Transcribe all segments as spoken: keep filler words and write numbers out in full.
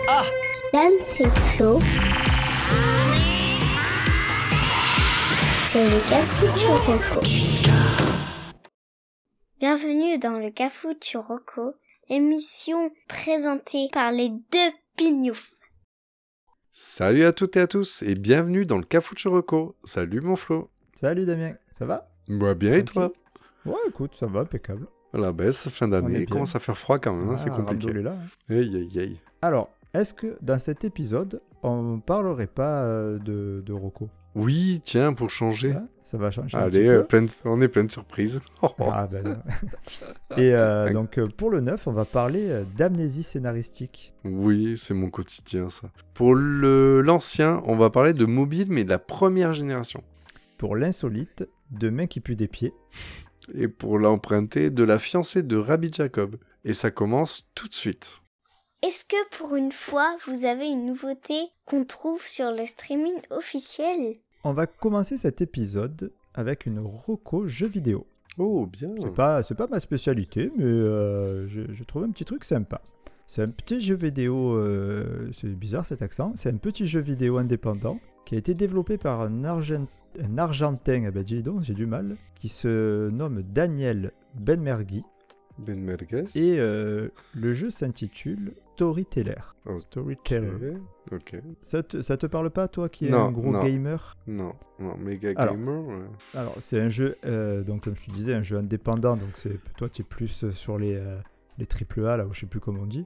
Ah Dame, c'est Flo. C'est le Cafouche Rocco. Bienvenue dans le Cafouche Rocco, émission présentée par les deux pignoufs. Salut à toutes et à tous et bienvenue dans le Cafouche Rocco. Salut mon Flo. Salut Damien, ça va? Moi bien et toi? Ouais, écoute, ça va, impeccable. Voilà, ben c'est fin d'année, il commence à faire froid quand même, hein, Ah, c'est compliqué. là, hein. Aïe aïe aïe. Alors, est-ce que dans cet épisode, on parlerait pas euh, de, de Rocco? Oui, tiens, pour changer. Hein, ça va changer un Allez, petit euh, peu. plein de- on est plein de surprises. Oh, oh. Ah ben non. Et euh, donc euh, pour le neuf, on va parler euh, d'amnésie scénaristique. Oui, c'est mon quotidien ça. Pour le l'ancien, on va parler de mobile mais de la première génération. Pour l'insolite, de mains qui puent des pieds. Et pour l'emprunter, de la fiancée de Rabbi Jacob. Et ça commence tout de suite. Est-ce que pour une fois, vous avez une nouveauté qu'on trouve sur le streaming officiel? On va commencer cet épisode avec une Rocco jeu vidéo. Oh, bien. C'est pas, c'est pas ma spécialité, mais euh, j'ai j'ai trouvé un petit truc sympa. C'est un petit jeu vidéo, euh, c'est bizarre cet accent, c'est un petit jeu vidéo indépendant qui a été développé par un, Argent- un Argentin, ah ben dis donc, j'ai du mal, qui se nomme Daniel Benmergui. Ben Merguez. Et euh, le jeu s'intitule Storyteller. Ok. Storyteller. Ok. Ça te, ça te parle pas, toi qui es Non, un gros non. gamer? Non, non, méga Alors. gamer. Ouais. Alors, c'est un jeu, euh, donc comme je te disais, un jeu indépendant. Donc, c'est, toi, tu es plus sur les, euh, les triple A, là, ou je sais plus comment on dit.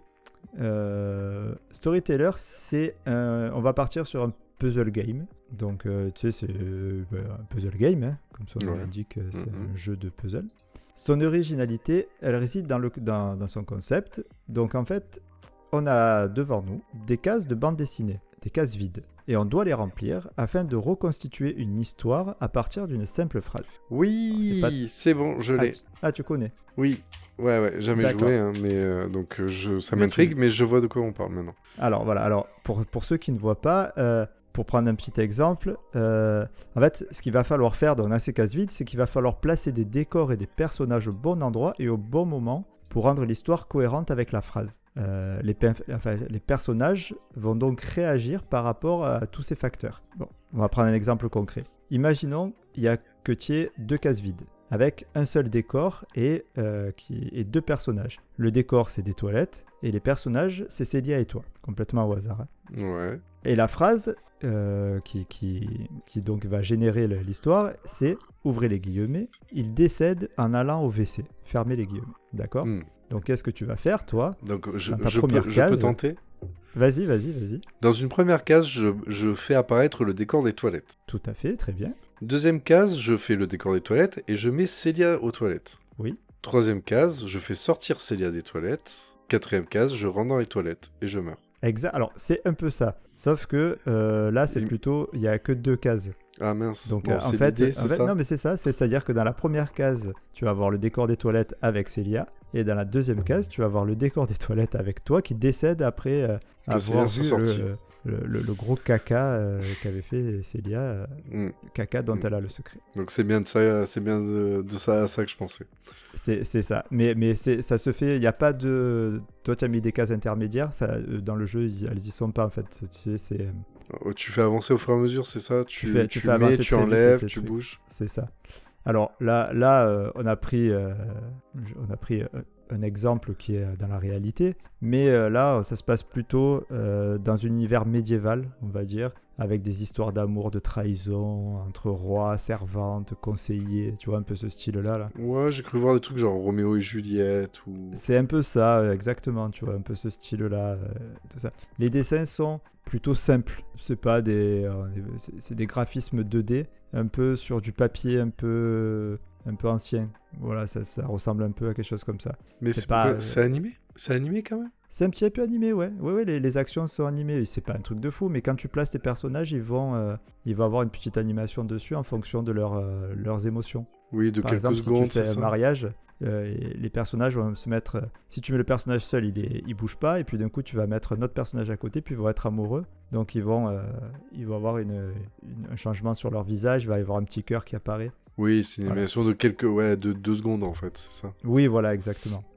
Euh, Storyteller, c'est un- on va partir sur un puzzle game. Donc, euh, tu sais, c'est euh, ben, un puzzle game, hein, comme son nom Ouais. l'indique, euh, c'est Mhm. un jeu de puzzle. Son originalité, elle réside dans, le, dans, dans son concept. Donc, en fait, on a devant nous des cases de bande dessinée, des cases vides. Et on doit les remplir afin de reconstituer une histoire à partir d'une simple phrase. Oui, C'est pas- c'est bon, je Ah, l'ai. tu- ah, tu connais. Oui, ouais, ouais, jamais D'accord. joué, hein, mais euh, donc euh, je, ça Mais m'intrigue, tu- mais je vois de quoi on parle maintenant. Alors voilà, alors pour, pour ceux qui ne voient pas, euh, pour prendre un petit exemple, euh, en fait, ce qu'il va falloir faire dans ces cases vides, c'est qu'il va falloir placer des décors et des personnages au bon endroit et au bon moment pour rendre l'histoire cohérente avec la phrase. Euh, les, pe- enfin, les personnages vont donc réagir par rapport à tous ces facteurs. Bon, on va prendre un exemple concret. Imaginons, il y a que tu aies deux cases vides, avec un seul décor et, euh, qui, et deux personnages. Le décor, c'est des toilettes, et les personnages, c'est Célia et toi, complètement au hasard. hein. Ouais. Et la phrase euh, qui, qui, qui donc va générer le- l'histoire, c'est, ouvrez les guillemets, il décède en allant au W C. Fermez les guillemets, d'accord? Hmm. Donc qu'est-ce que tu vas faire, toi? Donc je, Dans ta je peux, première je peux case. tenter. Vas-y, vas-y, vas-y. Dans une première case, je, je fais apparaître le décor des toilettes. Tout à fait, très bien. Deuxième case, je fais le décor des toilettes et je mets Célia aux toilettes. Oui. Troisième case, je fais sortir Célia des toilettes. Quatrième case, je rentre dans les toilettes et je meurs. Exact. Alors, c'est un peu ça. Sauf que euh, là, c'est Et- plutôt, il n'y a que deux cases. Ah mince. Donc, Bon, euh, en c'est fait, l'idée, en c'est fait- ça. non, mais c'est ça. C'est- C'est-à-dire que dans la première case, tu vas avoir le décor des toilettes avec Célia. Et dans la deuxième case, tu vas avoir le décor des toilettes avec toi qui décède après euh, Que Célia avoir soit vu sortie. le, le- le- le gros caca euh, qu'avait fait Célia. euh, Hmm. caca dont Mm. elle a le secret. Donc c'est bien de ça, c'est bien de, de ça à ça que je pensais. C'est c'est ça. Mais, mais c'est- ça se fait, il n'y a pas de... Toi, tu as mis des cases intermédiaires. Ça, euh, dans le jeu, ils- elles y sont pas, en fait. Tu sais, c'est... Oh, tu fais avancer au fur et à mesure, c'est ça? Tu, Tu fais- tu fais mets, avancer tu très vite enlèves, tes tu trucs. bouges. C'est ça. Alors là, là euh, on a pris, euh, je- on a pris euh, un exemple qui est dans la réalité, mais euh, là, ça se passe plutôt euh, dans un univers médiéval, on va dire, avec des histoires d'amour, de trahison entre rois, servantes, conseillers, tu vois un peu ce style-là. Là. Ouais, j'ai cru voir des trucs genre Roméo et Juliette ou... C'est un peu ça, euh, exactement, tu vois, un peu ce style-là, euh, tout ça. Les dessins sont plutôt simples, c'est pas des, euh, c'est, c'est des graphismes deux D, un peu sur du papier, un peu, un peu ancien. Voilà, ça, ça ressemble un peu à quelque chose comme ça. Mais c'est c'est pas, pourquoi- euh, c'est animé? C'est animé quand même? C'est un petit peu animé, ouais. Ouais, ouais, les, les actions sont animées. C'est pas un truc de fou, mais quand tu places tes personnages, ils vont, euh, il va avoir une petite animation dessus en fonction de leur, euh, leurs émotions. Oui, de Par quelques exemple, secondes, si tu c'est fais un ça? mariage, euh, et les personnages vont se mettre. euh, si tu mets le personnage seul, il, est, il bouge pas, et puis d'un coup, tu vas mettre un autre personnage à côté, puis ils vont être amoureux. Donc ils vont, euh, ils vont avoir une, une- un changement sur leur visage, il va y avoir un petit cœur qui apparaît. Oui, c'est une Voilà. animation de quelques... Ouais, de deux secondes en fait, c'est ça. Oui, voilà, exactement.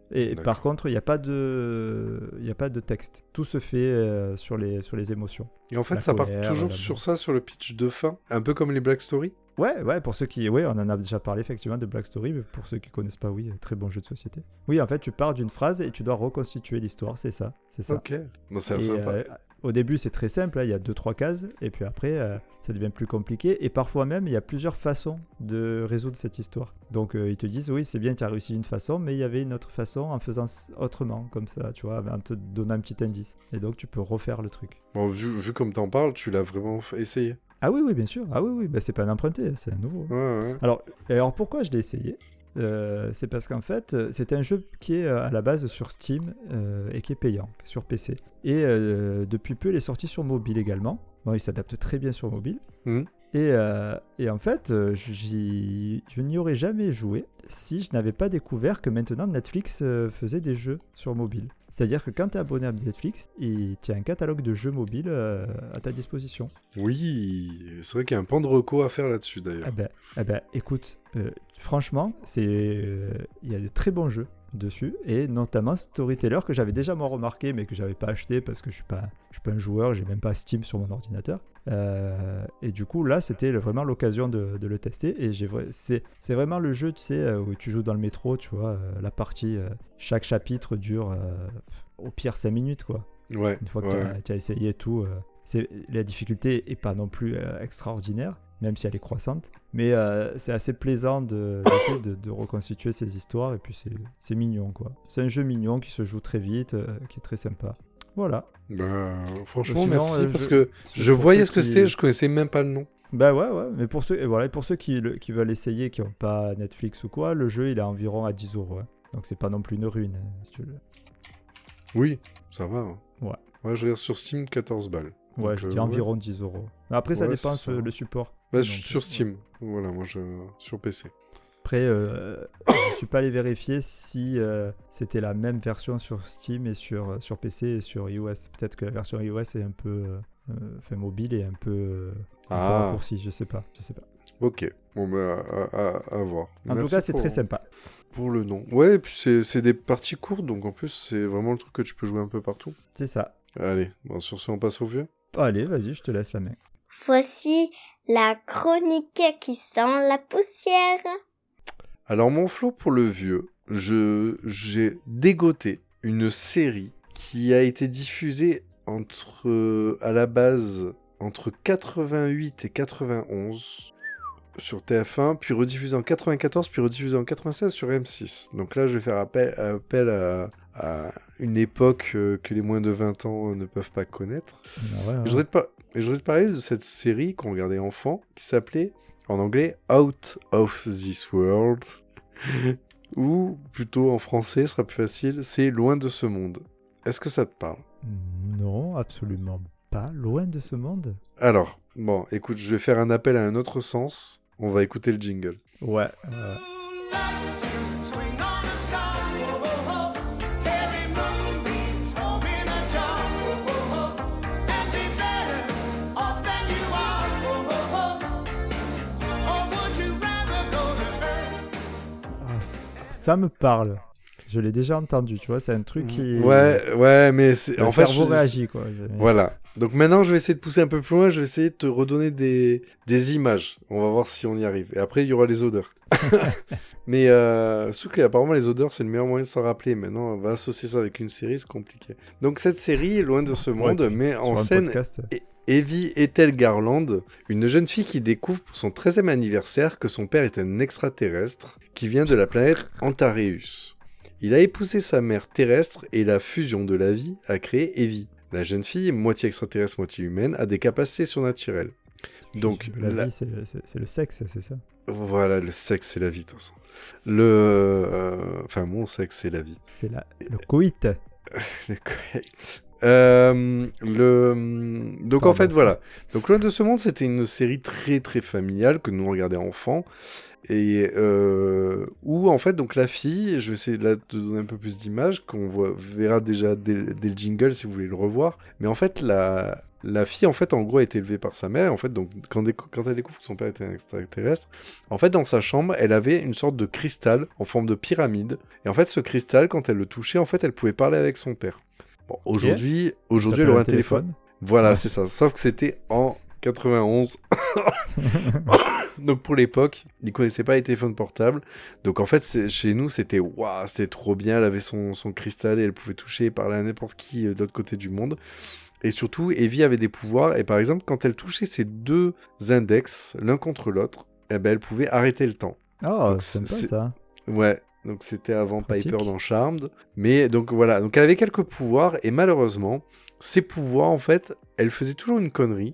Et D'accord. par contre, il n'y a pas de, il y a pas de texte. Tout se fait euh, sur les sur les émotions. Et en fait, La ça part colère, toujours la- sur ça, sur le pitch de fin, un peu comme les Black Story. Ouais, ouais, pour ceux qui, ouais, on en a déjà parlé effectivement de Black Story, mais pour ceux qui connaissent pas, oui, très bon jeu de société. Oui, en fait, tu pars d'une phrase et tu dois reconstituer l'histoire, c'est ça, c'est ça. Ok, bon, c'est Et, sympa. euh, au début, c'est très simple, hein, il y a deux trois cases, et puis après, euh, ça devient plus compliqué. Et parfois même, il y a plusieurs façons de résoudre cette histoire. Donc, euh, ils te disent, oui, c'est bien, tu as réussi d'une façon, mais il y avait une autre façon en faisant s- autrement, comme ça, tu vois, en te donnant un petit indice. Et donc, tu peux refaire le truc. Bon, vu, vu comme t'en parles, tu l'as vraiment f- essayé. Ah oui, oui, bien sûr. Ah oui, oui, bah, c'est pas un emprunté, c'est un nouveau. Ouais, ouais. Alors, et alors pourquoi je l'ai essayé Euh, C'est parce qu'en fait, euh, c'est un jeu qui est euh, à la base sur Steam euh, et qui est payant sur P C. Et euh, depuis peu, il est sorti sur mobile également. Bon, il s'adapte très bien sur mobile. Mhm. Et, euh, et en fait, euh, j'y- je n'y aurais jamais joué si je n'avais pas découvert que maintenant Netflix euh, faisait des jeux sur mobile. C'est-à-dire que quand tu es abonné à Netflix, il y a un catalogue de jeux mobiles euh, à ta disposition. Oui, c'est vrai qu'il y a un pan de reco à faire là-dessus d'ailleurs. Ah ben, ah ben, écoute, euh, franchement, c'est, euh, il y a de très bons jeux dessus, et notamment Storyteller que j'avais déjà moi remarqué, mais que j'avais pas acheté parce que je suis pas, je suis pas un joueur, j'ai même pas Steam sur mon ordinateur. Euh, et du coup là, c'était le- vraiment l'occasion de, de le tester, et j'ai, vra- c'est, c'est vraiment le jeu, tu sais, euh, où tu joues dans le métro, tu vois, euh, la partie, euh, chaque chapitre dure euh, au pire cinq minutes quoi. Ouais, Une fois que ouais. tu as essayé tout, euh, c'est, la difficulté est pas non plus euh, extraordinaire, même si elle est croissante. Mais euh, c'est assez plaisant de, d'essayer de, de reconstituer ces histoires, et puis c'est, c'est mignon, quoi. C'est un jeu mignon qui se joue très vite, euh, qui est très sympa. Voilà. Bah, franchement, Sinon, merci, euh, parce je- que c'est je pour voyais ceux ce que qui- c'était, je connaissais même pas le nom. Bah ouais, ouais. Mais pour ceux, et voilà, et pour ceux qui, le- qui veulent essayer, qui n'ont pas Netflix ou quoi, le jeu, il est environ à dix euros. hein. Donc c'est pas non plus une ruine. hein, si tu veux. Oui, ça va. hein. Ouais. Ouais, je regarde sur Steam, quatorze balles. Ouais, Donc, je euh, dis ouais. environ dix euros. Après, ça Ouais, dépend c'est ça. sur le support. Bah, Donc, je suis sur euh, Steam. Voilà, moi, je... sur P C. Après, euh, je suis pas allé vérifier si euh, c'était la même version sur Steam et sur, sur P C et sur iOS. Peut-être que la version iOS est un peu, euh, euh, enfin mobile et un peu, euh, un peu Ah. raccourcie. Je sais pas, je sais pas. Ok, bon, bah, à, à- à voir. En Merci tout cas, c'est pour- très sympa. Pour le nom. Ouais, et puis c'est c'est des parties courtes, donc en plus, c'est vraiment le truc que tu peux jouer un peu partout. C'est ça. Allez, bon, sur ce, on passe au vieux. Allez, vas-y, je te laisse la main. Voici la chronique qui sent la poussière. Alors, mon flow pour le vieux, je j'ai dégoté une série qui a été diffusée entre, à la base, entre quatre-vingt-huit et quatre-vingt-onze sur T F un, puis rediffusée en quatre-vingt-quatorze, puis rediffusée en quatre-vingt-seize sur M six. Donc là, je vais faire appel, appel à, à une époque euh, que les moins de vingt ans ne peuvent pas connaître. Ouais, ouais. Et je voudrais te, par- et je voudrais te parler de cette série qu'on regardait enfant, qui s'appelait, en anglais, Out of This World, ou plutôt en français, ce sera plus facile, c'est Loin de ce monde. Est-ce que ça te parle? Non, absolument pas. Loin de ce monde. Alors, bon, écoute, je vais faire un appel à un autre sens. On va écouter le jingle. Ouais. euh, Swing on the sky, oh oh oh. Every moonbeam's home in a jar, oh oh oh. And be better off than you are, oh oh oh. Or would you rather go to Earth? ah, ça, ça me parle. Je l'ai déjà entendu, tu vois. C'est un truc qui. Ouais, ouais, mais c'est... Le en fait, cerveau je- réagit, quoi. Je- Voilà. Donc maintenant, je vais essayer de pousser un peu plus loin. Je vais essayer de te redonner des, des images. On va voir si on y arrive. Et après, il y aura les odeurs. Mais euh, surtout que apparemment, les odeurs, c'est le meilleur moyen de s'en rappeler. Maintenant, on va associer ça avec une série, c'est compliqué. Donc cette série, Loin de ce monde, Ouais, puis met sur en un scène podcast. E- Evie Ethel Garland, une jeune fille qui découvre pour son treizième anniversaire que son père est un extraterrestre qui vient de la planète Antareus. Il a épousé sa mère terrestre et la fusion de la vie a créé Evie. La jeune fille, moitié extraterrestre, moitié humaine, a des capacités surnaturelles. Donc, La la- vie, c'est, c'est- c'est le sexe, c'est ça. voilà, le sexe, c'est la vie, de toute façon. Le... euh, Enfin, mon sexe, c'est la vie. C'est la... le coït. Le coït. Euh, le... Donc Pardon. en fait voilà. Donc Loin de ce monde, c'était une série très très familiale que nous on regardait enfant et euh, où en fait donc la fille, je vais essayer là, de donner un peu plus d'images qu'on voit, verra déjà dès, dès le jingle si vous voulez le revoir. Mais en fait la la fille en fait en gros a été élevée par sa mère. En fait donc quand, décou- quand elle découvre que son père était un extraterrestre, en fait dans sa chambre elle avait une sorte de cristal en forme de pyramide. Et en fait ce cristal quand elle le touchait en fait elle pouvait parler avec son père. Bon, aujourd'hui, aujourd'hui, elle T'appelles aurait un téléphone. Voilà, Ouais. c'est ça. Sauf que c'était en quatre-vingt-onze. Donc pour l'époque, ils connaissaient pas les téléphones portables. Donc en fait, c'est- chez nous, c'était waouh, c'était trop bien. Elle avait son, son cristal et elle pouvait toucher et parler à n'importe qui euh, de l'autre côté du monde. Et surtout, Evie avait des pouvoirs. Et par exemple, quand elle touchait ses deux index l'un contre l'autre, eh ben, elle pouvait arrêter le temps. Oh, Donc, sympa c'est- ça. Ouais, donc c'était avant Pratique. Piper dans Charmed. Mais donc voilà, donc elle avait quelques pouvoirs et malheureusement, ces pouvoirs en fait, elle faisait toujours une connerie.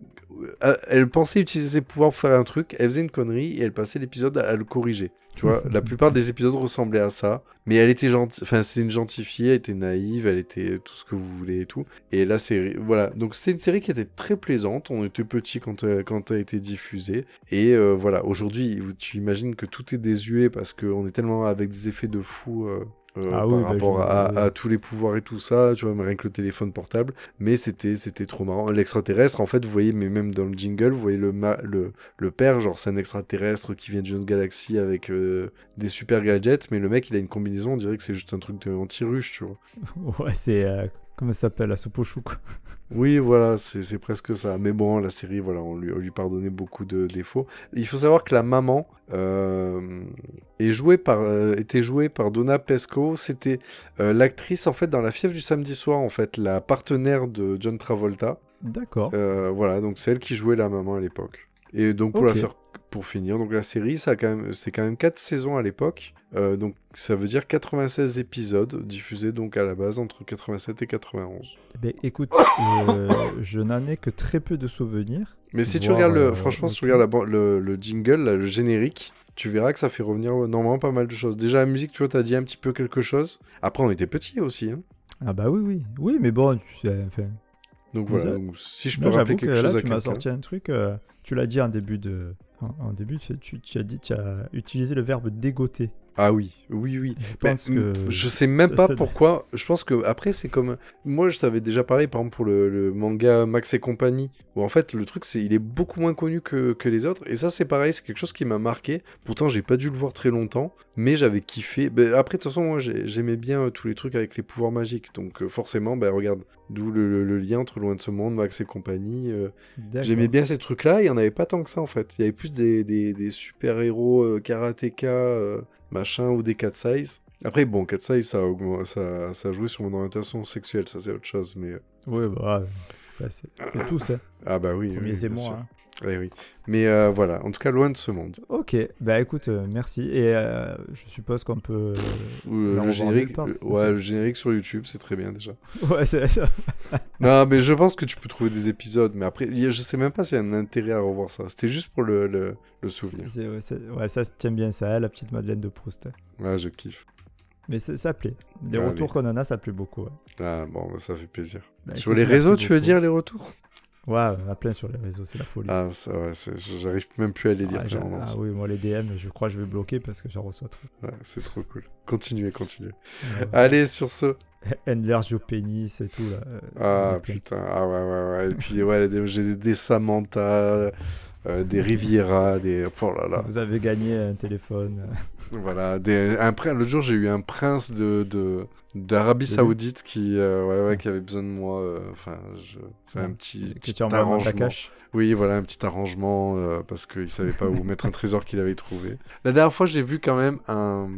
Euh, Elle pensait utiliser ses pouvoirs pour faire un truc, elle faisait une connerie et elle passait l'épisode à, à le corriger. Tu vois, la plupart des épisodes ressemblaient à ça, mais elle était gentille, enfin c'était une gentille fille, elle était naïve, elle était tout ce que vous voulez et tout. Et la série, voilà, donc c'était une série qui était très plaisante. On était petits quand elle, quand elle a été diffusée et euh, voilà. Aujourd'hui, tu imagines que tout est désuet parce qu'on est tellement avec des effets de fou. Euh, euh, Ah par oui, bah, rapport je- à, oui. à tous les pouvoirs et tout ça, tu vois, mais rien que le téléphone portable, mais c'était c'était trop marrant. L'extraterrestre, en fait, vous voyez, mais même dans le jingle, vous voyez le, ma- le, le père, genre c'est un extraterrestre qui vient d'une autre galaxie avec euh, des super gadgets, mais le mec, il a une combinaison, on dirait que c'est juste un truc de anti-ruche, tu vois. Ouais, c'est. euh, comment ça s'appelle, la soupe au chou, quoi. Oui, voilà, c'est c'est presque ça. Mais bon, la série, voilà, on lui, on lui pardonnait beaucoup de défauts. Il faut savoir que la maman euh, est jouée par, euh, était jouée par Donna Pescow. C'était euh, l'actrice, en fait, dans La Fièvre du samedi soir, en fait, la partenaire de John Travolta. D'accord. Euh, voilà, donc c'est elle qui jouait la maman à l'époque. Et donc, pour la Ok. faire, pour finir, donc la série, ça a quand même, c'était quand même quatre saisons à l'époque. Euh, donc, ça veut dire quatre-vingt-seize épisodes diffusés donc à la base entre quatre-vingt-sept et quatre-vingt-onze. Eh ben, écoute, euh, je n'en ai que très peu de souvenirs. Mais si tu Voir, regardes, le, euh, franchement, si tu ok. regardes la ban- le, le jingle, là, le générique, tu verras que ça fait revenir euh, normalement pas mal de choses. Déjà, la musique, tu vois, t'as dit un petit peu quelque chose. Après, on était petits aussi. Hein. Ah bah oui, oui. Oui, mais bon, tu sais, enfin, Donc Mais voilà, ça- donc, si je peux là, rappeler j'avoue que quelque là, chose à tu m'as quelqu'un. sorti un truc. euh, tu l'as dit en début de. En, en début, tu, tu, tu as dit, tu as utilisé le verbe dégoter. Ah oui, oui, oui. Je Mais, pense que. mm, je sais même ça- pas ça- pourquoi. Je pense que après c'est comme moi je t'avais déjà parlé par exemple pour le, le manga Max et compagnie où en fait le truc c'est il est beaucoup moins connu que, que les autres et ça c'est pareil, c'est quelque chose qui m'a marqué. Pourtant j'ai pas dû le voir très longtemps mais j'avais kiffé. Ben, après de toute façon moi j'ai- j'aimais bien euh, tous les trucs avec les pouvoirs magiques donc euh, forcément ben regarde d'où le, le- le lien entre Loin de ce monde, Max et compagnie. euh, D'accord. J'aimais bien ces trucs-là, il y en avait pas tant que ça en fait. Il y avait plus des, des, des super-héros euh, karatéka, euh, machin, ou des cat size. Après, bon, cat size, ça a, augment- ça, ça a joué sur mon orientation sexuelle, ça c'est autre chose, mais... euh, Oui, bah, ça, c'est c'est tout ça. Ah bah oui, oui, Premiers bien émois. sûr. Hein. Oui, oui. Mais euh, voilà, en tout cas, Loin de ce monde. Ok, bah écoute, euh, merci. Et euh, je suppose qu'on peut. euh, Euh, la le revoir générique, nulle part, le- c'est ouais, ça le générique sur YouTube, c'est très bien déjà. Ouais, c'est ça. Non, mais je pense que tu peux trouver des épisodes, mais après, il y a- je sais même pas s'il y a un intérêt à revoir ça. C'était juste pour le, le, le souvenir. C'est- c'est- ouais, c'est- ouais, ça se tient bien, ça, la petite Madeleine de Proust. Ouais, je kiffe. Mais c'est- ça plaît. Des Ah, retours oui. qu'on en a, ça plaît beaucoup. Ouais, Ah bon, bah, ça fait plaisir. Bah, Sur écoute, les merci réseaux, tu veux beaucoup. dire les retours? Ouais, on a plein sur les réseaux, c'est la folie. Ah, ça, ouais, c'est- j'arrive même plus à les lire. Ah, j'a- tellement, ah c'est- oui, moi les D M, je crois que je vais bloquer parce que j'en reçois trop. ouais, c'est trop cool. Continuez, continuez. Ouais. Allez, sur ce. Enlarge your penis et tout là. euh, il y en Ah, a plein. putain. Ah, ouais, ouais, ouais. Et puis, ouais, des- j'ai des, des Samantha, euh, des Riviera, des. Oh là là. Vous avez gagné un téléphone. Voilà. Des... Un prin... L'autre jour, j'ai eu un prince de. de... d'Arabie De lui Saoudite qui, euh, ouais, ouais, qui avait besoin de moi. euh, Enfin, je... enfin, un Ouais. petit, Que petit tu envoies dans ta arrangement. cache. Oui, voilà, un petit arrangement euh, parce qu'il savait pas où mettre un trésor qu'il avait trouvé. La dernière fois, j'ai vu quand même un,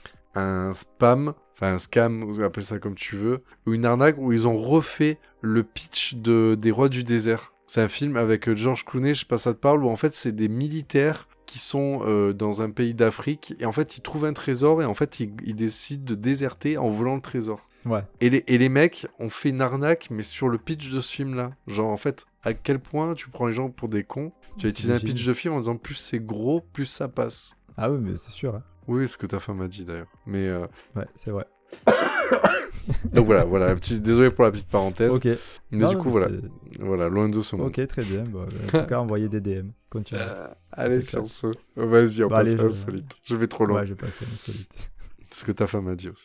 un spam, enfin un scam, ou appelle ça comme tu veux, ou une arnaque où ils ont refait le pitch de, des Rois du désert. C'est un film avec euh, George Clooney, je sais pas si ça te parle, où en fait c'est des militaires qui sont euh, dans un pays d'Afrique et en fait ils trouvent un trésor et en fait ils, ils décident de déserter en volant le trésor. Ouais. Et les, et les mecs ont fait une arnaque, mais sur le pitch de ce film-là. Genre, en fait, à quel point tu prends les gens pour des cons. Tu as C'est utilisé un génial. pitch de film en disant plus c'est gros, plus ça passe. Ah oui, mais c'est sûr. Hein. Oui, ce que ta femme a dit d'ailleurs. Mais euh, Ouais, c'est vrai. Donc voilà, voilà, un petit... désolé pour la petite parenthèse. Ok. Mais Non, du non, coup, mais voilà. c'est- Voilà, loin de ce monde. Ok, très bien. Bon, en tout cas, envoyez des D M. Continue. Euh, allez, C'est sur ce. Vas-y, on Bah, passe allez, à je- insolite. Je vais trop loin. Ouais, je vais passer à l'insolite. Ce que ta femme a dit aussi.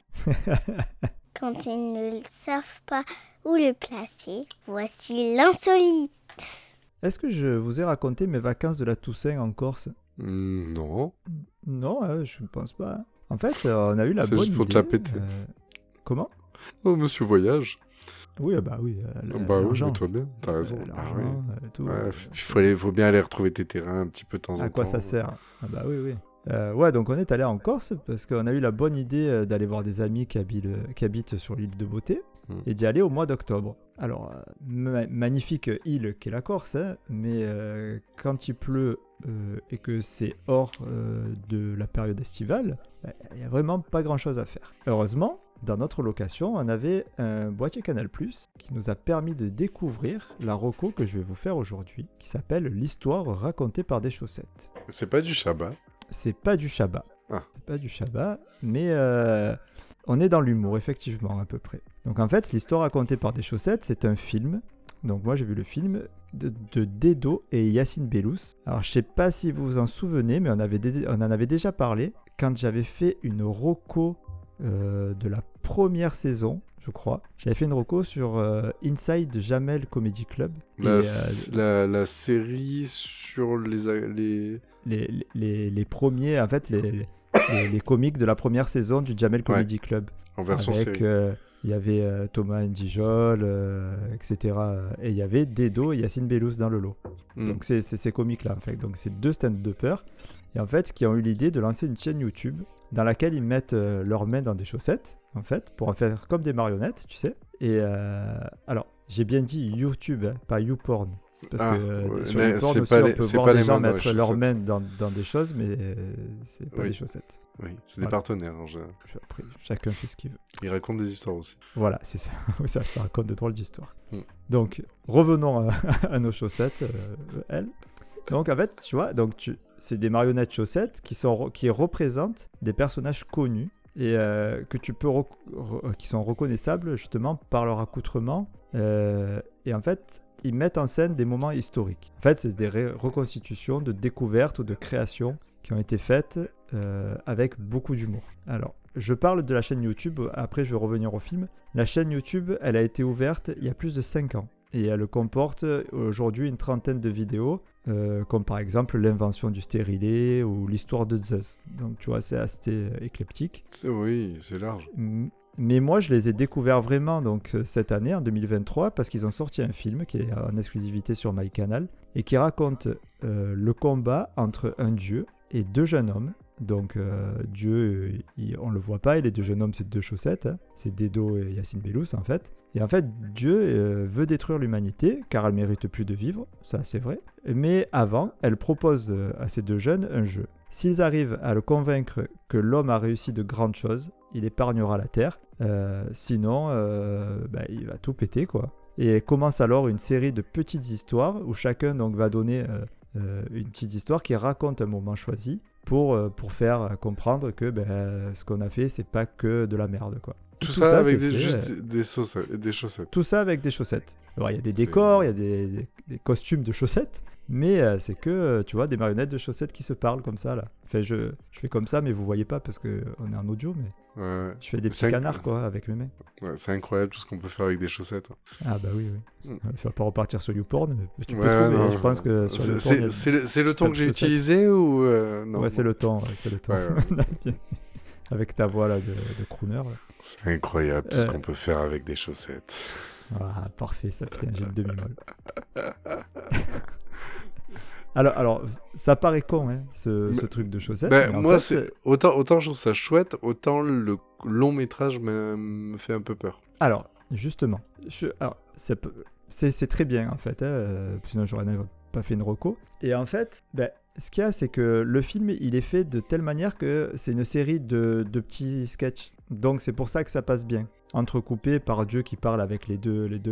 Quand ils ne savent pas où le placer, voici l'insolite. Est-ce que je vous ai raconté mes vacances de la Toussaint en Corse? Hmm, non. Non, hein, je ne pense pas. En fait, euh, on a eu la C'est bonne juste pour idée. te la péter. euh, Comment? Oh, monsieur voyage. Oui, euh, bah oui. euh, Oh, bah oui, l'argent. mais toi bien, t'as Euh, raison. Ah oui. l'argent, euh, tout. Ouais, euh, il faut, aller- faut bien aller retrouver tes terrains un petit peu de temps en temps. À quoi ça sert? Ah bah oui, oui. Euh, ouais, donc on est allé en Corse parce qu'on a eu la bonne idée euh, d'aller voir des amis qui habitent, qui habitent sur l'île de Beauté Mm. et d'y aller au mois d'octobre. Alors, euh, ma- magnifique île qu'est la Corse, hein, mais euh, quand il pleut euh, et que c'est hors euh, de la période estivale, il n'y a vraiment pas grand-chose à faire. Heureusement, dans notre location, on avait un boîtier Canal+, qui nous a permis de découvrir la reco que je vais vous faire aujourd'hui, qui s'appelle l'histoire racontée par des chaussettes. C'est pas du Shabbat. C'est pas du Shabbat. Ah. C'est pas du Shabbat, mais euh, on est dans l'humour, effectivement, à peu près. Donc en fait, l'histoire racontée par des chaussettes, c'est un film. Donc moi, j'ai vu le film de, de Dedo et Yacine Bellous. Alors je sais pas si vous vous en souvenez, mais on, avait dé- on en avait déjà parlé quand j'avais fait une reco euh, de la première saison, je crois. J'avais fait une reco sur euh, Inside Jamel Comedy Club. La, Et, s- euh, la, la série sur les... a- les... les, les, les premiers, en fait, les, les, les comiques de la première saison du Jamel Comedy Club. En version Avec, série. euh, il y avait euh, Thomas Ndijol, euh, et cetera. Et il y avait Dedo et Yacine Bellous dans le lot. Hmm. Donc c'est c'est ces comiques-là, en fait. Donc c'est deux stand-uppers, et en fait, qui ont eu l'idée de lancer une chaîne YouTube dans laquelle ils mettent euh, leurs mains dans des chaussettes, en fait, pour en faire comme des marionnettes, tu sais. Et euh, alors, j'ai bien dit YouTube, hein, pas YouPorn. Parce Ah, que euh, ouais, sur mais YouPorn c'est aussi, pas on les- peut c'est voir pas des les gens mains dans mettre les leurs chaussettes. mains dans, dans des choses, mais euh, c'est pas Oui. des chaussettes. Oui, c'est des Voilà. partenaires en général. Puis Après, chacun fait ce qu'il veut. Ils racontent des histoires aussi. Voilà, c'est ça. ça. Ça raconte de drôles d'histoires. Mm. Donc, revenons à, à nos chaussettes, euh, elles. Donc, en fait, tu vois, donc tu, c'est des marionnettes chaussettes qui, sont, qui représentent des personnages connus et euh, que tu peux rec- re- qui sont reconnaissables justement par leur accoutrement. Euh, et en fait, ils mettent en scène des moments historiques. En fait, c'est des ré- reconstitutions de découvertes ou de créations qui ont été faites euh, avec beaucoup d'humour. Alors, je parle de la chaîne YouTube, après je vais revenir au film. La chaîne YouTube, elle a été ouverte il y a plus de cinq ans. Et elle comporte aujourd'hui une trentaine de vidéos, euh, comme par exemple l'invention du stérilet ou l'histoire de Zeus. Donc tu vois, c'est assez éclectique. C'est- Oui, c'est large. Mm. Mais moi, je les ai découverts vraiment donc, euh, cette année, en deux mille vingt-trois, parce qu'ils ont sorti un film qui est en exclusivité sur MyCanal et qui raconte euh, le combat entre un dieu et deux jeunes hommes. Donc euh, Dieu, euh, il- on le voit pas, et les deux jeunes hommes, c'est deux chaussettes. Hein. C'est Dedo et Yacine Bellous, en fait. Et en fait, Dieu euh, veut détruire l'humanité, car elle mérite plus de vivre, ça c'est vrai. Mais avant, elle propose euh, à ces deux jeunes un jeu. S'ils arrivent à le convaincre que l'homme a réussi de grandes choses, il épargnera la Terre. Euh, sinon, euh, bah, il va tout péter, quoi. Et commence alors une série de petites histoires où chacun donc, va donner euh, euh, une petite histoire qui raconte un moment choisi pour, euh, pour faire comprendre que ben, ce qu'on a fait, c'est pas que de la merde, quoi. Tout, ça, avec c'est des, fait, juste euh, des, chaussettes, des chaussettes. tout ça avec des chaussettes. Alors, il y a des C'est- décors, il y a des, des- des costumes de chaussettes, mais euh, c'est que, euh, tu vois, des marionnettes de chaussettes qui se parlent comme ça, là. Enfin, je, je fais comme ça, mais vous voyez pas parce qu'on est en audio, mais Ouais, je fais des petits C'est un- canards, quoi, avec mes mains. ouais, c'est incroyable tout ce qu'on peut faire avec des chaussettes. Ah bah oui, oui. Mm. Il va pas repartir sur YouPorn, mais tu peux Ouais, trouver, non, je pense que sur C'est YouPorn, il y c'est- a- c'est le, c'est le ton tas que de j'ai chaussettes. utilisé ou euh, non, ouais, c'est non. le temps, ouais, c'est le temps. Ouais, Avec ta voix, là, de, de crooner. là. C'est incroyable tout ce Euh. qu'on peut faire avec des chaussettes. Ah, parfait, ça, putain, j'ai le demi-molle. alors, alors, ça paraît con, hein, ce, ce Mais- truc de chaussettes. Ben, mais en moi, fait, c'est autant, autant je trouve ça chouette, autant le long métrage me, me fait un peu peur. Alors, justement, je, alors, c'est, peu- c'est, c'est très bien, en fait, hein, euh, sinon j'aurais pas fait une reco. Et en fait, ben, ce qu'il y a, c'est que le film, il est fait de telle manière que c'est une série de, de petits sketchs. Donc c'est pour ça que ça passe bien. Entrecoupé par Dieu qui parle avec les deux, les deux gars.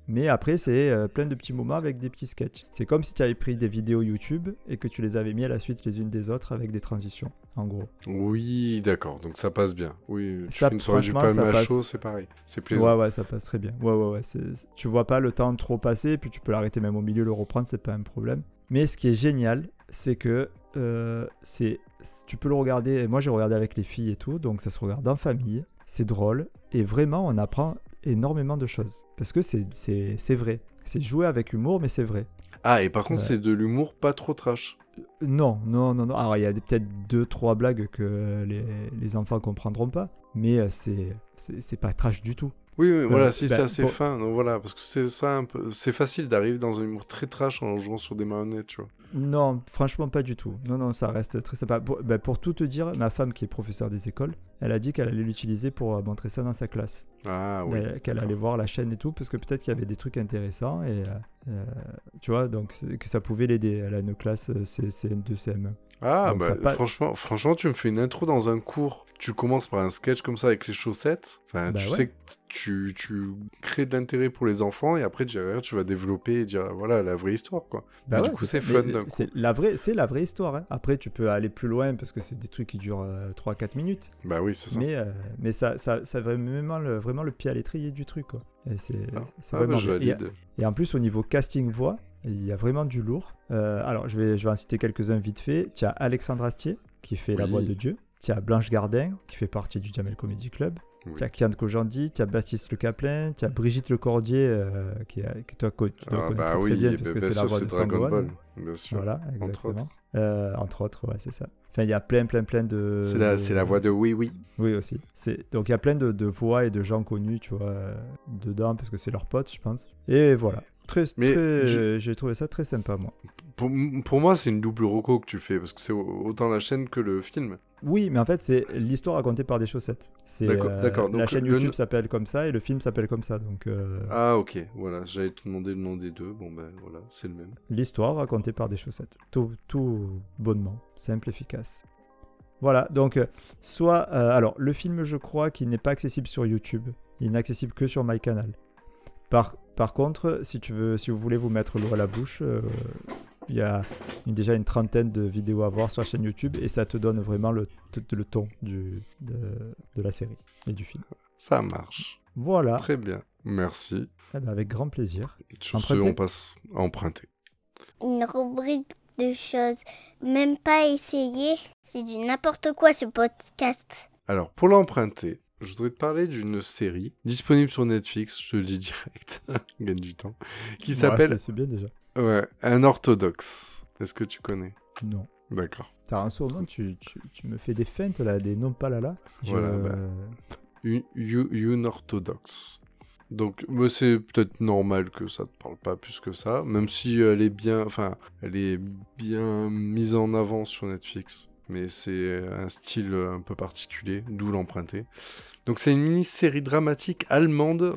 Mais après, c'est euh, plein de petits moments avec des petits sketchs. C'est comme si tu avais pris des vidéos YouTube et que tu les avais mis à la suite les unes des autres avec des transitions, en gros. Oui, d'accord, donc ça passe bien. Oui, tu Ça, fais une soirée du franchement, ça palme à passe. chaud, c'est pareil. C'est plaisant. Ouais, ouais, ça passe très bien. Ouais, ouais, ouais. c'est- c'est- Tu vois pas le temps trop passer, puis tu peux l'arrêter même au milieu, le reprendre, c'est pas un problème. Mais ce qui est génial, c'est que euh, c'est, tu peux le regarder. Moi, j'ai regardé avec les filles et tout, donc ça se regarde en famille. C'est drôle et vraiment, on apprend énormément de choses parce que c'est, c'est, c'est vrai. C'est joué avec humour, mais c'est vrai. Ah, et par contre, Ouais. c'est de l'humour pas trop trash. Non, non, non, non. Alors, il y a des- peut-être deux, trois blagues que les, les enfants comprendront pas, mais euh, c'est, c'est, c'est pas trash du tout. Oui, oui, voilà, Euh, si bah, c'est assez pour- fin, donc voilà, parce que c'est ça un peu... C'est facile d'arriver dans un humour très trash en jouant sur des marionnettes, tu vois. Non, franchement, pas du tout. Non, non, ça reste très sympa. Pour, bah, pour tout te dire, ma femme, qui est professeure des écoles, elle a dit qu'elle allait l'utiliser pour euh, montrer ça dans sa classe. Ah oui. Euh, qu'elle allait voir la chaîne et tout, parce que peut-être qu'il y avait des trucs intéressants, et euh, euh, tu vois, donc c'est- que ça pouvait l'aider. Elle a une classe euh, C- C N deux, C M un. Ah, Donc bah, ça pa- franchement, franchement, tu me fais une intro dans un cours. Tu commences par un sketch comme ça avec les chaussettes. Enfin, Bah tu ouais. sais que tu, tu crées de l'intérêt pour les enfants et après, derrière, tu vas développer et dire, voilà, la vraie histoire, quoi. Bah Mais ouais, du coup, c'est c'est ça. fun Mais d'un coup. c'est la vraie, c'est la vraie histoire. Hein. Après, tu peux aller plus loin parce que c'est des trucs qui durent euh, trois à quatre minutes. Bah oui, c'est ça. Mais, euh, mais ça, ça, ça vraiment le, vraiment le pied à l'étrier du truc. Quoi. Et c'est, Ah, c'est ah, bah, vraiment je bien. Et- valide. Et en plus, au niveau casting voix, il y a vraiment du lourd. Euh, alors, je vais, je vais en citer quelques-uns vite fait. Tu as Alexandre Astier, qui fait La Oui. Voix de Dieu. Tu as Blanche Gardin, qui fait partie du Jamel Comedy Club. Oui. Tu as Kian Kojandi, tu as Baptiste Le Caplin, tu as Brigitte Lecordier, euh, qui, a- que toi, co- tu dois Ah, connaître bah très, oui, très bien, bah, puisque bien c'est la sûr, voix c'est de Dragon Sangohan. Ball, bien sûr. Voilà, Entre exactement. autres. Euh, entre autres, ouais, c'est ça. Enfin, il y a plein, plein, plein de... C'est la, de- c'est la voix de Oui Oui. Oui, aussi. C'est... Donc, il y a plein de, de voix et de gens connus, tu vois, euh, dedans, parce que c'est leurs potes, je pense. Et voilà. Très, Mais très... du- J'ai trouvé ça très sympa, moi. Pour, pour moi, c'est une double reco que tu fais, parce que c'est au- autant la chaîne que le film. Oui, mais en fait, c'est l'histoire racontée par des chaussettes. C'est, D'accord, euh, d'accord. La Donc, chaîne le- YouTube s'appelle comme ça et le film s'appelle comme ça. Donc, euh, Ah, ok, voilà, j'allais te demander le nom des deux. Bon, ben voilà, c'est le même. l'histoire racontée par des chaussettes. Tout, tout bonnement, simple, efficace. Voilà, donc, euh, soit... euh, alors, le film, je crois qu'il n'est pas accessible sur YouTube. Il n'est accessible que sur MyCanal. Par, par contre, si, tu veux, si vous voulez vous mettre l'eau à la bouche, euh, il y a une- déjà une trentaine de vidéos à voir sur la chaîne YouTube et ça te donne vraiment le, t- le ton du, de, de la série et du film. Ça marche. Voilà, Très bien. Merci. Eh ben, avec grand plaisir. Sur ce, Emprunter. on passe à emprunter. Une rubrique de choses même pas essayées. C'est du n'importe quoi ce podcast. Alors, pour l'emprunter, je voudrais te parler d'une série disponible sur Netflix, je te le dis direct, gagne du temps, qui Ouais, s'appelle c'est- c'est bien déjà. ouais, Un orthodoxe. Est-ce que tu connais? Non. D'accord. T'as un moment, tu, tu, tu me fais des feintes là, des non pas là là. Je- Voilà, bah. Une, you- une orthodoxe. Donc, mais c'est peut-être normal que ça te parle pas plus que ça, même si elle est bien, enfin, elle est bien mise en avant sur Netflix, mais c'est un style un peu particulier, d'où l'emprunter. Donc, c'est une mini-série dramatique allemande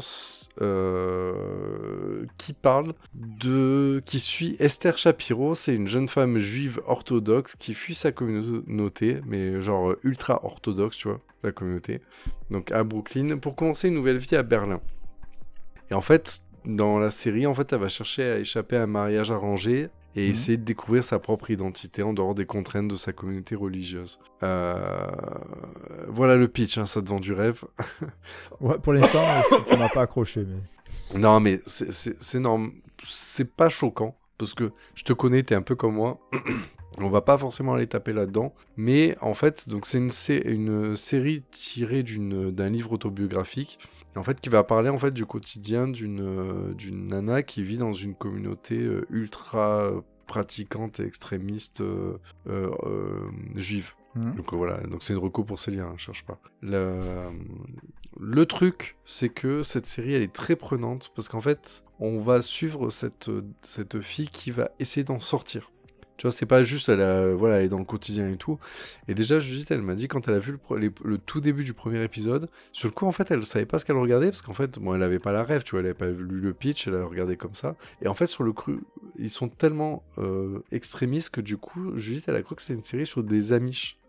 euh, qui parle de, qui suit Esther Shapiro. C'est une jeune femme juive orthodoxe qui fuit sa communauté, mais genre ultra orthodoxe, tu vois, la communauté. Donc à Brooklyn pour commencer une nouvelle vie à Berlin. Et en fait, dans la série, en fait, elle va chercher à échapper à un mariage arrangé et Mhm. essayer de découvrir sa propre identité en dehors des contraintes de sa communauté religieuse. Euh, Voilà le pitch, hein, ça te vend du rêve. Ouais, pour l'instant, euh, tu m'as pas accroché. Mais... Non, mais c'est- c'est c'est norm- c'est pas choquant parce que je te connais, t'es un peu comme moi. On va pas forcément aller taper là-dedans, mais en fait, donc c'est une, sé- une série tirée d'une d'un livre autobiographique, en fait, qui va parler en fait du quotidien d'une euh, d'une nana qui vit dans une communauté euh, ultra pratiquante et extrémiste euh, euh, euh, juive. Mhm. Donc euh, voilà, donc c'est une reco pour Célia, hein, cherche pas. Le, le truc, c'est que cette série, elle est très prenante, parce qu'en fait, on va suivre cette, cette fille qui va essayer d'en sortir. Tu vois, c'est pas juste, elle, a, voilà, elle est dans le quotidien et tout. Et déjà, Judith, elle m'a dit, quand elle a vu le, pro- les- le tout début du premier épisode, sur le coup, en fait, elle savait pas ce qu'elle regardait, parce qu'en fait, bon, elle avait pas la rêve, tu vois, elle avait pas lu le pitch, elle a regardé comme ça. Et en fait, sur le cru, ils sont tellement euh, extrémistes que du coup, Judith, elle a cru que c'est une série sur des Amish.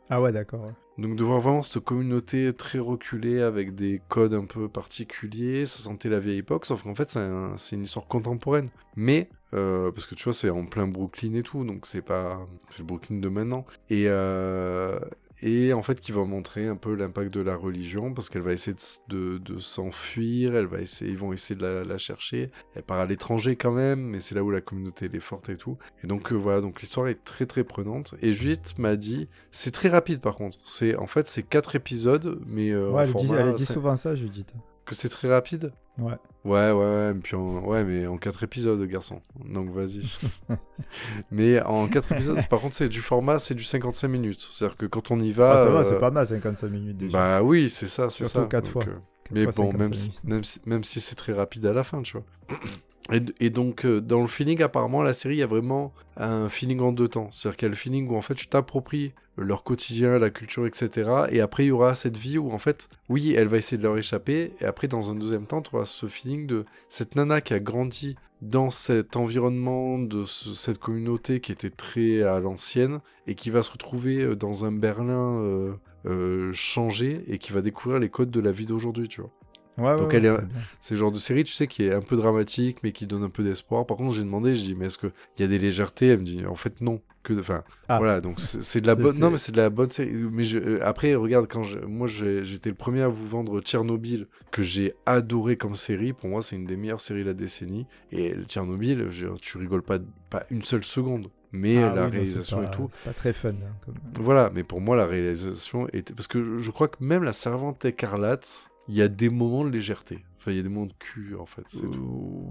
Ah ouais, d'accord. Ouais. Donc de voir vraiment cette communauté très reculée avec des codes un peu particuliers, ça sentait la vieille époque, sauf qu'en fait c'est, un, c'est une histoire contemporaine. Mais, euh, parce que tu vois, c'est en plein Brooklyn et tout, donc c'est pas... C'est le Brooklyn de maintenant. Et, euh, et en fait qui va montrer un peu l'impact de la religion, parce qu'elle va essayer de, de, de s'enfuir, elle va essayer, ils vont essayer de la, la chercher. Elle part à l'étranger quand même, mais c'est là où la communauté elle est forte et tout. Et donc euh, voilà, donc l'histoire est très très prenante. Et Juliette m'a dit, c'est très rapide par contre. C'est en fait c'est quatre épisodes, mais euh, Ouais, en elle, dit, format, elle dit c'est- souvent ça, Judith. que c'est très rapide. Ouais. Ouais, ouais, ouais, et puis en... ouais, mais en quatre épisodes, garçon. Donc vas-y. Mais en quatre épisodes, par contre, c'est du format, c'est du cinquante-cinq minutes. C'est-à-dire que quand on y va. Ah, ça va, euh, c'est pas mal, cinquante-cinq minutes déjà. Bah oui, c'est ça, c'est Surtout ça. quatre Donc, fois. euh, Quatre Mais fois bon, même cinquante-cinq si, minutes. même, si, même si c'est très rapide à la fin, tu vois. Et, et donc, euh, dans le feeling, apparemment, la série, il y a vraiment un feeling en deux temps. C'est-à-dire qu'il y a le feeling où, en fait, tu t'appropries leur quotidien, la culture, et cetera. Et après, il y aura cette vie où, en fait, oui, elle va essayer de leur échapper. Et après, dans un deuxième temps, tu auras ce feeling de cette nana qui a grandi dans cet environnement, de ce- cette communauté qui était très à l'ancienne, et qui va se retrouver euh, dans un Berlin euh, euh, changé, et qui va découvrir les codes de la vie d'aujourd'hui, tu vois. Ouais, Donc ouais, elle ouais, est- très bien. C'est le genre de série, tu sais, qui est un peu dramatique, mais qui donne un peu d'espoir. Par contre, j'ai demandé, je dis, mais est-ce qu'il y a des légèretés? Elle me dit, en fait, non. Que de... Enfin, Ah. voilà, donc c'est c'est de la C'est- bonne... Non, c'est- mais c'est de la bonne série. Mais je... euh, après, regarde, quand je... moi, j'ai- j'étais le premier à vous vendre Tchernobyl, que j'ai adoré comme série. Pour moi, c'est une des meilleures séries de la décennie. Et le Tchernobyl, je... tu rigoles pas, pas une seule seconde. Mais Ah la oui, non, c'est réalisation pas- et tout... C'est pas très fun. hein, comme... Voilà, mais pour moi, la réalisation était... Parce que je, je crois que même La Servante écarlate, il y a des moments de légèreté. Enfin, il y a des moments de cul, en fait, c'est tout.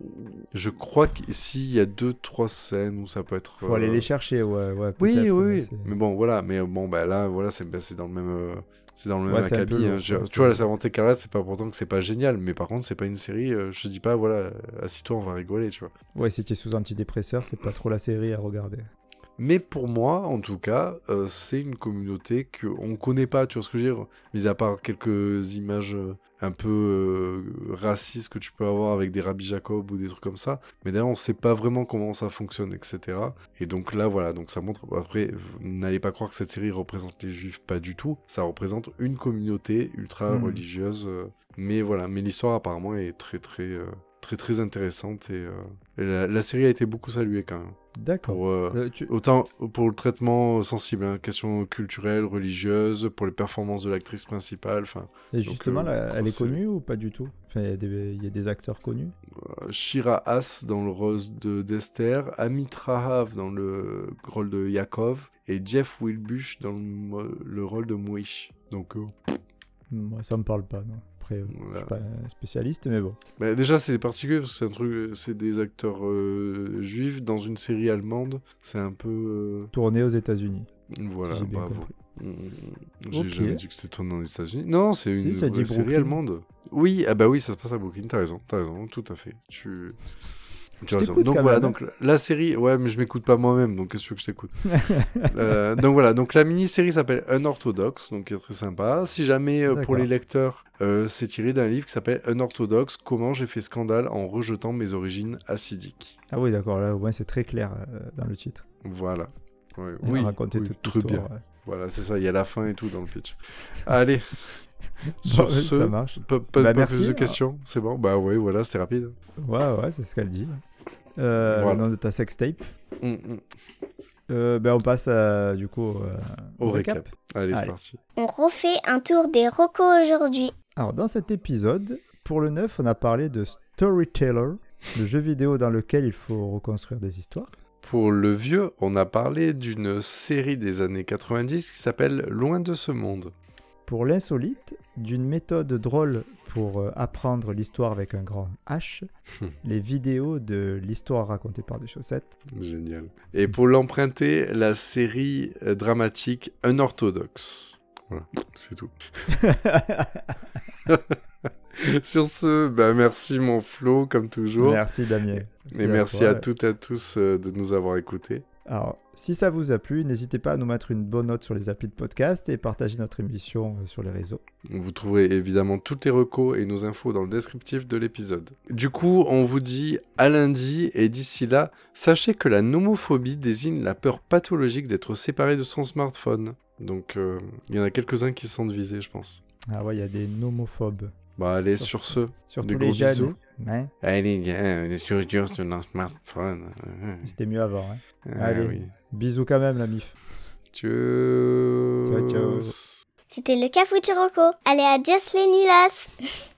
Je crois qu'ici, il y a deux, trois scènes où ça peut être... Faut aller euh, les chercher, ouais, ouais. Oui, peut-être, oui, mais oui. c'est- Mais bon, voilà. Mais euh, bon, bah là, voilà, c'est bah, c'est dans le même... euh, C'est dans le même Ouais, c'est un peu acabit. hein. lourd, Je- ouais, tu c'est- vois, La Servante écarlate, c'est pas pourtant que c'est pas génial. Mais par contre, c'est pas une série... euh, je te dis pas, voilà, euh, assis-toi, on va rigoler, tu vois. Ouais, si tu es sous antidépresseur, c'est pas trop la série à regarder. Mais pour moi, en tout cas, euh, c'est une communauté qu'on connaît pas, tu vois ce que je veux dire, mis à part quelques images euh, un peu euh, racistes que tu peux avoir avec des Rabbi Jacob ou des trucs comme ça. Mais d'ailleurs, on sait pas vraiment comment ça fonctionne, et cetera. Et donc là, voilà, donc ça montre... Après, n'allez pas croire que cette série représente les Juifs, pas du tout. Ça représente une communauté ultra Mhm. religieuse. euh, Mais voilà, mais l'histoire apparemment est très très... euh, très très intéressante et, euh, et la, la série a été beaucoup saluée quand même. D'accord. Pour, euh, Euh, tu- Autant pour le traitement sensible, hein, questions culturelles, religieuses, pour les performances de l'actrice principale, enfin, Et justement, euh, là, elle est c'est- connue ou pas du tout? Enfin, il y a des- il y, a des acteurs connus. euh, Shira Haas dans le rôle de d'Esther, Amit Rahav dans le rôle de Yaakov, et Jeff Wilbush dans le, mo- le rôle de Moïse. Donc, euh, Moi, ça me parle pas, non. Après, euh, je Voilà. suis pas un spécialiste, mais bon. bah, déjà c'est particulier parce que c'est un truc, c'est des acteurs euh, juifs dans une série allemande, c'est un peu, Tourné aux États-Unis. euh, voilà, J'ai bien bravo. compris. Mm, J'ai Ok. jamais dit que c'était tourné dans les États-Unis. Non, c'est Si, une ça dit vraie série Brooklyn. allemande. Oui, ah bah oui, ça se passe à Brooklyn. T'as raison, t'as raison, tout à fait. Tu, tu as raison. t'écoute Donc quand voilà, même, donc la série, ouais, mais je m'écoute pas moi-même, donc qu'est-ce que tu veux que je t'écoute Euh, Donc voilà, donc la mini-série s'appelle Unorthodox, donc qui est très sympa. Si jamais euh, pour D'accord. les lecteurs, euh, c'est tiré d'un livre qui s'appelle Unorthodox, comment j'ai fait scandale en rejetant mes origines assidiques. Ah oui, d'accord, là au moins c'est très clair euh, dans le titre. Voilà. Ouais, Il a oui, raconté oui, toute très l'histoire. bien. ouais. Voilà, c'est ça, il y a la fin et tout dans le pitch. Allez. Bon, Sur ouais, ce, ça marche. pas, pas- Bah, pas merci, plus de hein. questions, c'est bon. Bah ouais, voilà, c'était rapide. Ouais, ouais, c'est ce qu'elle dit. Euh, Voilà. Le nom de ta sextape. Mm, mm. Euh, ben, on passe à, du coup euh, Au récap. Allez, c'est Allez. parti. On refait un tour des recos aujourd'hui. Alors, dans cet épisode, pour le neuf, on a parlé de Storyteller, le jeu vidéo dans lequel il faut reconstruire des histoires. Pour le vieux, on a parlé d'une série des années quatre-vingt-dix qui s'appelle Loin de ce monde. Pour l'insolite, d'une méthode drôle pour euh, apprendre l'histoire avec un grand H, les vidéos de l'histoire racontée par des chaussettes. Génial. Et pour l'emprunter, la série euh, dramatique Unorthodox. Voilà, c'est tout. Sur ce, bah merci mon Flo, comme toujours. Merci Damien. Et merci à, toi. toutes et à tous euh, de nous avoir écoutés. Alors, si ça vous a plu, n'hésitez pas à nous mettre une bonne note sur les applis de podcast et partager notre émission euh, sur les réseaux. Vous trouverez évidemment toutes les recos et nos infos dans le descriptif de l'épisode. Du coup, on vous dit à lundi, et d'ici là, sachez que la nomophobie désigne la peur pathologique d'être séparé de son smartphone. Donc, euh, il y en a quelques-uns qui se sentent visés, je pense. Ah ouais, il y a des nomophobes. Bah, allez, Sur- sur ce. Surtout Des les gros jeunes. bisous. Hein. Allez, gars, les sur sur notre smartphone. C'était mieux avant. Hein. Ah, Allez. oui. Bisous quand même, la mif. Tchuss. Ciao, ciao. C'était le Cafou Chirocco. Allez, adios les nulas.